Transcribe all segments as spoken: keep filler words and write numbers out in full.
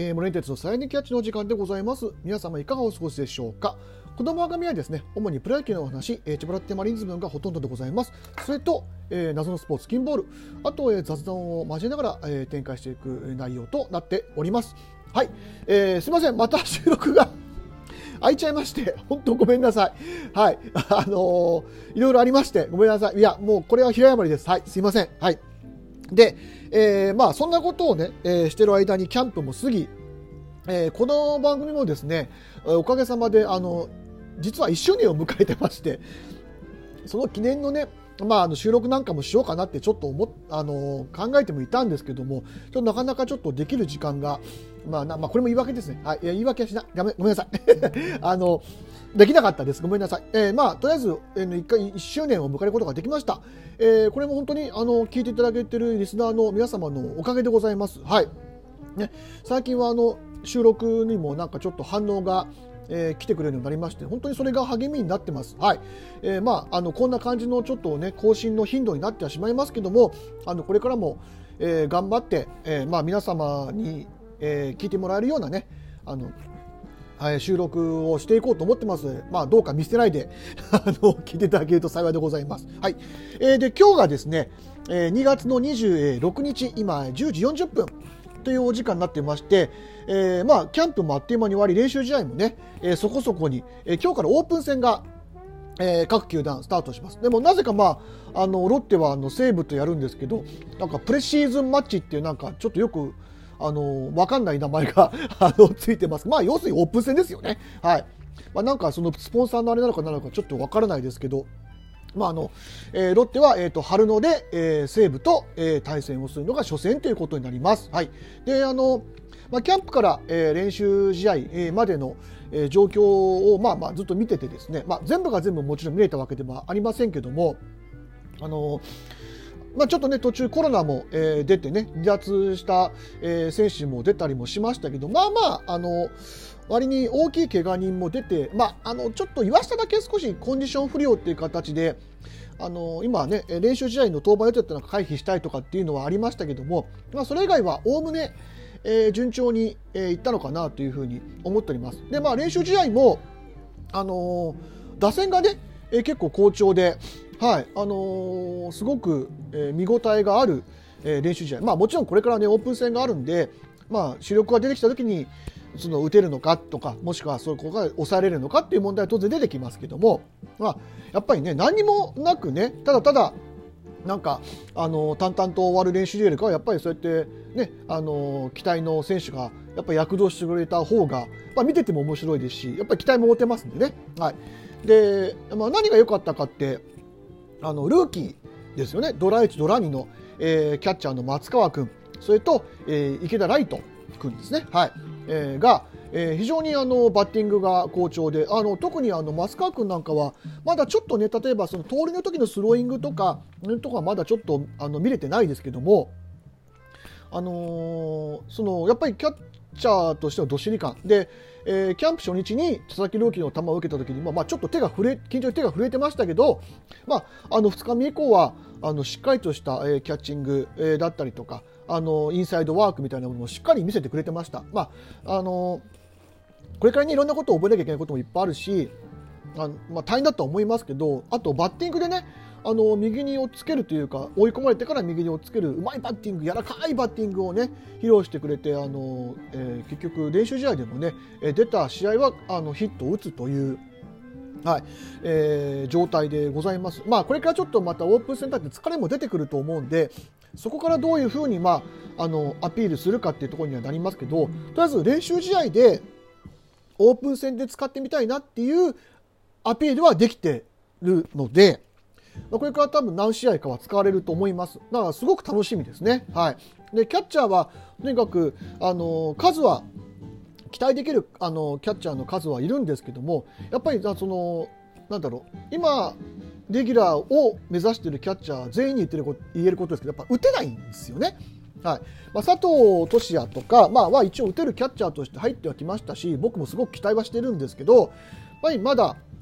えー、モレンテツのサイネキャッチのお時間でございます。皆様いかがお過ごしでしょうか。この番組はですね、主にプロ野球のお話、えー、千葉ロッテマリーンズ分がほとんどでございます。それと、えー、謎のスポーツ、キンボール、あと、えー、雑談を交えながら、えー、展開していく内容となっております。はい、えー、すいません、また収録が開いちゃいまして、本当ごめんなさい。はい、あのー、いろいろありまして、ごめんなさい。いや、もうこれは平山です。はい、すいません。はい。で、えー、まあそんなことをね、えー、してる間にキャンプも過ぎ、えー、この番組もですね、おかげさまであの実はいっしゅうねんを迎えてまして、その記念のね、まあ、あの収録なんかもしようかなってちょっと思っあの考えてもいたんですけども、ちょっとなかなかちょっとできる時間が、まあなまあ、これも言い訳ですね。はい、いや言い訳はしなごめんごめんなさいあのできなかったです。ごめんなさい。えー、まあとりあえず、えー、いっかいいっしゅうねんを迎えることができました。えー、これも本当にあの聞いていただけているリスナーの皆様のおかげでございます。はい。ね、最近はあの収録にもなんかちょっと反応が、えー、来てくれるようになりまして、本当にそれが励みになってます。はい。えー、まああのこんな感じのちょっとね更新の頻度になってはしまいますけども、あのこれからも、えー、頑張って、えー、まあ皆様に、えー、聞いてもらえるようなねあのはい、収録をしていこうと思ってますので、まあ、どうか見捨てないであの聞いていただけると幸いでございます。はい。えー、で今日がですね、えー、にがつのにじゅうろくにち、今じゅうじよんじゅっぷんというお時間になってまして、えー、まあキャンプもあっという間に終わり、練習試合もね、えー、そこそこに、えー、今日からオープン戦が、えー、各球団スタートします。でもなぜかまああのロッテはあの西武とやるんですけど、なんかプレシーズンマッチっていうなんかちょっとよくあの分かんない名前があのついてます。まあ要するにオープン戦ですよね。はい。まあ、なんかそのスポンサーのあれなのかなのかちょっと分からないですけど、まああのえー、ロッテは、えー、と春野で、えー、西武と、えー、対戦をするのが初戦ということになります。はい。であの、まあ、キャンプから、えー、練習試合、えー、までの、えー、状況を、まあ、まあずっと見ててですね、まあ、全部が全部もちろん見れたわけではありませんけども、あのまあ、ちょっとね途中コロナも、えー、出てね離脱した、えー、選手も出たりもしましたけど、まあまああの割に大きい怪我人も出て、まあ、あのちょっと言わしただけ少しコンディション不良っていう形であの今ね練習試合の登板予定っていうのを回避したいとかっていうのはありましたけども、まあ、それ以外はおおむね、えー、順調に、えー、いったのかなというふうに思っております。で、まあ、練習試合も、あのー、打線がね、えー、結構好調で、はいあのー、すごく、えー、見応えがある、えー、練習試合、まあ、もちろんこれから、ね、オープン戦があるんで、まあ、主力が出てきたときにその打てるのかとか、もしくはそこが抑えれるのかっていう問題は当然出てきますけども、まあ、やっぱりね何にもなくねただただなんかあの淡々と終わる練習よりかはやっぱりそうやってねあの期待の選手がやっぱり躍動してくれた方が、まあ、見てても面白いですし、やっぱり期待も持てますんでね。はい。で、まあ、何が良かったかってあのルーキーですよね。ドラいちドラにの、えー、キャッチャーの松川君、それと、えー、池田ライト君ですね。はい。えー、が、えー、非常にあのバッティングが好調で、あの特にあの松川君なんかはまだちょっとね、例えばその盗塁の時のスローイングとかとかはまだちょっとあの見れてないですけども、あのー、そのやっぱりキャッチャーとしてはどっしり感で、えー、キャンプ初日に佐々木朗希の球を受けた時にも、まあ、ちょっと手が震え緊張で手が震えてましたけど、まあ、あのふつかめ以降はあのしっかりとした、えー、キャッチング、えー、だったりとかあのインサイドワークみたいなものをしっかり見せてくれてました。まああのーこれからねいろんなことを覚えなきゃいけないこともいっぱいあるし、あの、まあ、大変だとは思いますけど、あとバッティングでねあの右に追っつけるというか追い込まれてから右に追っつけるうまいバッティング、柔らかいバッティングをね披露してくれて、あの、えー、結局練習試合でもね出た試合はあのヒットを打つという、はいえー、状態でございます。まあこれからちょっとまたオープン戦だって疲れも出てくると思うんで、そこからどういうふうに、まあ、あのアピールするかっていうところにはなりますけど、とりあえず練習試合でオープン戦で使ってみたいなっていうアピールはできてるので、これから多分何試合かは使われると思います。だからすごく楽しみですね。はい。でキャッチャーはとにかくあの数は期待できるあのキャッチャーの数はいるんですけども、やっぱりそのなんだろう今レギュラーを目指しているキャッチャー全員に言ってること言えることですけど、やっぱ打てないんですよね。はいまあ、佐藤俊也とか、まあ、は一応打てるキャッチャーとして入ってはきましたし、僕もすごく期待はしてるんですけど、やっぱりまだ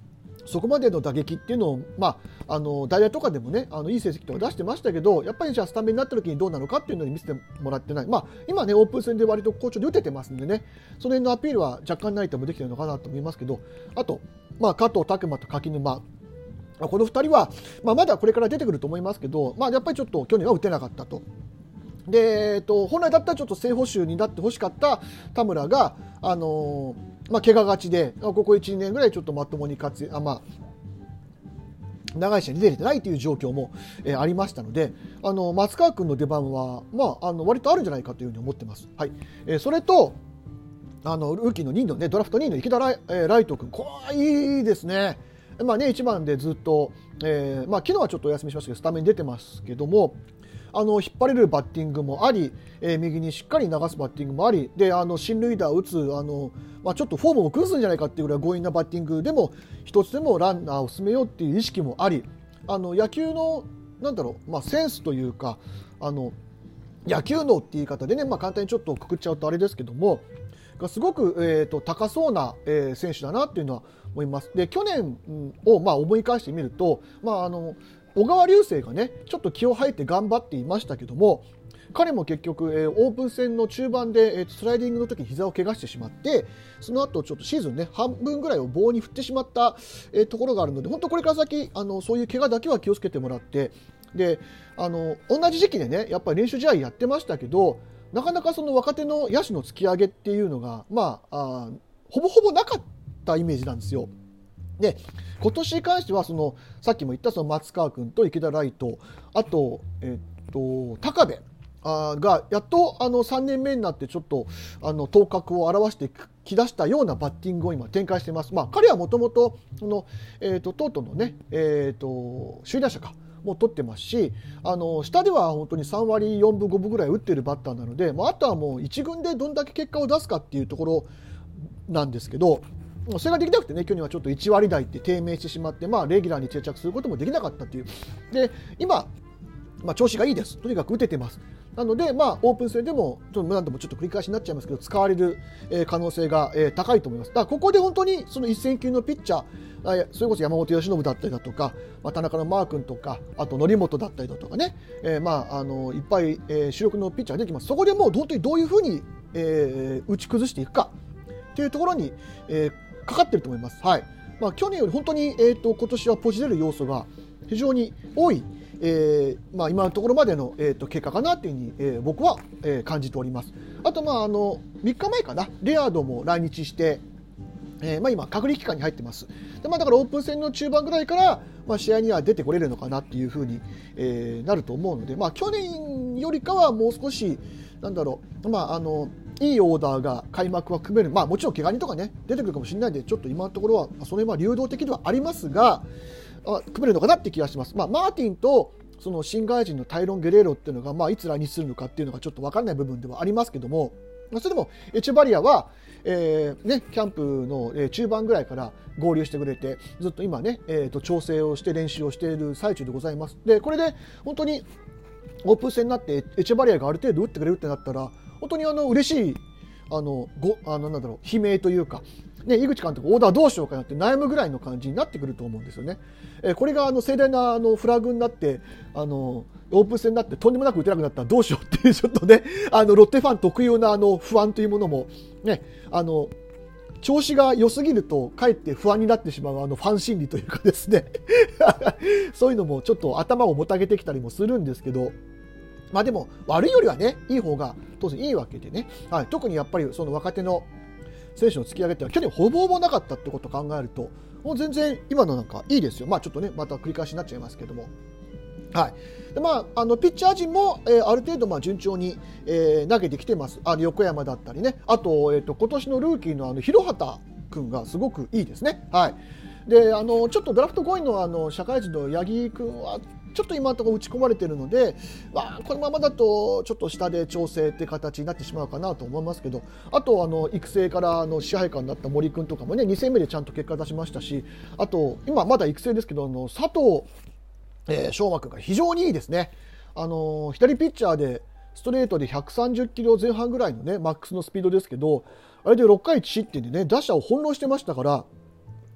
そこまでの打撃っていうのを、まあ、あの代打とかでもねあのいい成績とか出してましたけど、やっぱりじゃあスタメンになった時にどうなのかっていうのに見せてもらってない、まあ、今ねオープン戦で割と好調で打ててますんでね、その辺のアピールは若干ないともできてるのかなと思いますけど、あと、まあ、加藤拓磨と柿沼、このふたりは、まあ、まだこれから出てくると思いますけど、まあ、やっぱりちょっと去年は打てなかったと。で、えっと、本来だったらちょっと正捕手になってほしかった田村が、あのーまあ、怪我がちでここいち、にねんぐらいちょっとまともに活躍、あ、まあ、長い試合に出れてないという状況も、えー、ありましたので、あの松川君の出番は、まあ、あの割とあるんじゃないかというふうに思ってます。はい、えー、それとあのルーキーのにいの、ね、ドラフトにいの池田ライ、えー、ライト君、これはいいですね。まあね、いちばんでずっと、えーまあ、昨日はちょっとお休みしましたけどスタメンに出てますけども、あの引っ張れるバッティングもあり、えー、右にしっかり流すバッティングもありで、あの進塁打を打つあの、まあ、ちょっとフォームを崩すんじゃないかっていうぐらい強引なバッティングでも一つでもランナーを進めようっていう意識もあり、あの野球のなんだろう、まあ、センスというかあの野球脳っていう言い方でね、まあ、簡単にちょっとくくっちゃうとあれですけども、がすごく、えー、と高そうな、えー、選手だなっていうのは思います。で去年を、まあ、思い返してみると、まあ、あの小川龍生がねちょっと気を吐いて頑張っていましたけども、彼も結局、えー、オープン戦の中盤で、えー、スライディングの時に膝を怪我してしまって、その後ちょっとシーズンね半分ぐらいを棒に振ってしまった、えー、ところがあるので、本当これから先あのそういう怪我だけは気をつけてもらって、であの同じ時期でねやっぱり練習試合やってましたけど、なかなかその若手の野手の突き上げっていうのが、まあ、あほぼほぼなかったイメージなんですよ。で今年に関してはそのさっきも言ったその松川君と池田ライト、あと、えっと高部あがやっとあのさんねんめになってちょっとあの頭角を現してきだしたようなバッティングを今展開しています。まあ、彼はもともとトートのね、えー、と首位打者かもう取ってますし、あの下では本当にさんわりよんぶごぶぐらい打っているバッターなので、まあ、あとはもういち軍でどんだけ結果を出すかっていうところなんですけど、それができなくてね去年はちょっといちわり台って低迷してしまって、まあ、レギュラーに定着することもできなかったという。で今、まあ、調子がいいです。とにかく打ててます。なので、まあ、オープン戦でもちょっと何度もちょっと繰り返しになっちゃいますけど使われる、えー、可能性が、えー、高いと思います。だからここで本当にその一戦級のピッチャー、それこそ山本由伸だったりだとか、まあ、田中のマー君とか、あと則本だったりだとかね、えーまあ、あのいっぱい、えー、主力のピッチャーが出てきます。そこでもう本当にどういうふうに、えー、打ち崩していくかっていうところに、えー、かかってると思います。はい。まあ、去年より本当に、えーと、今年はポジ出る要素が非常に多い、えーまあ、今のところまでの、えー、と結果かなというふうに、えー、僕は、えー、感じております。あと、まあ、あのみっかまえかな、レアードも来日して、えーまあ、今隔離期間に入ってます。で、まあ、だからオープン戦の中盤ぐらいから、まあ、試合には出てこれるのかなっていうふうに、えー、なると思うので、まあ、去年よりかはもう少しなんだろう、まあ、あのいいオーダーが開幕は組める、まあ、もちろん怪我人とかね出てくるかもしれないので、ちょっと今のところはその辺は流動的ではありますが、あ組めるのかなって気がします。まあ、マーティンとその新外人のタイロン・ゲレーロっていうのが、まあ、いつ来日するのかっていうのがちょっと分からない部分ではありますけども、まあ、それでもエチェバリアは、えーね、キャンプの中盤ぐらいから合流してくれて、ずっと今ね、えー、と調整をして練習をしている最中でございます。でこれで本当にオープン戦になってエチェバリアがある程度打ってくれるってなったら、本当にあの嬉しいあのごあのなんだろう悲鳴というか、ね、井口監督オーダーどうしようかなって悩むぐらいの感じになってくると思うんですよね。えー、これがあの盛大なあのフラグになってあのオープン戦になってとんでもなく打てなくなったらどうしようっていうちょっとね、あのロッテファン特有なあの不安というものもね、あの調子が良すぎるとかえって不安になってしまうあのファン心理というかですねそういうのもちょっと頭をもたげてきたりもするんですけど、まあでも悪いよりはねいい方が当然いいわけでね、はい、特にやっぱりその若手の選手の突き上げってのは去年ほぼほぼなかったってことを考えると、もう全然今のなんかいいですよ。まあちょっとねまた繰り返しになっちゃいますけども、はい。でまあ、あのピッチャー陣も、えー、ある程度まあ順調に、えー、投げてきてます。あの横山だったりね、あと、えー、と今年のルーキーのあの広畑君がすごくいいですね。はい。であのちょっとドラフトごいのあの社会人の八木君はちょっと今のところ打ち込まれているので、まあ、このままだとちょっと下で調整って形になってしまうかなと思いますけど、あとあの育成からの支配下になった森君とかもねに戦目でちゃんと結果出しましたし、あと今まだ育成ですけどあの佐藤えー、翔馬君が非常にいいですね。あのー、左ピッチャーでストレートでひゃくさんじゅっキロぜん半ぐらいのねマックスのスピードですけど、あれでろっかいいち失点でね打者を翻弄してましたから、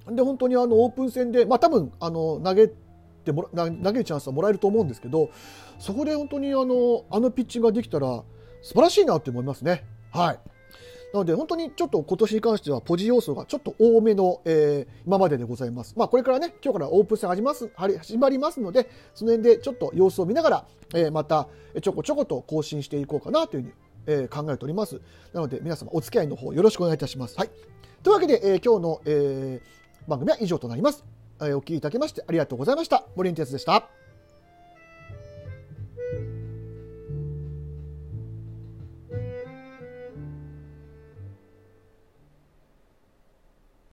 で本当にあのオープン戦で、まあ、多分あの投げてもら投げるチャンスはもらえると思うんですけど、そこで本当にあのあのピッチングができたら素晴らしいなって思いますね。はい。なので本当にちょっと今年に関してはポジ要素がちょっと多めの、えー、今まででございます。まあこれからね、今日からオープン戦始まります始まりますので、その辺でちょっと様子を見ながら、えー、またちょこちょこと更新していこうかなというふうに、えー、考えております。なので皆様お付き合いの方よろしくお願いいたします。はい。というわけで、えー、今日の、えー、番組は以上となります。えー、お聞きいただきましてありがとうございました。森健哲でした。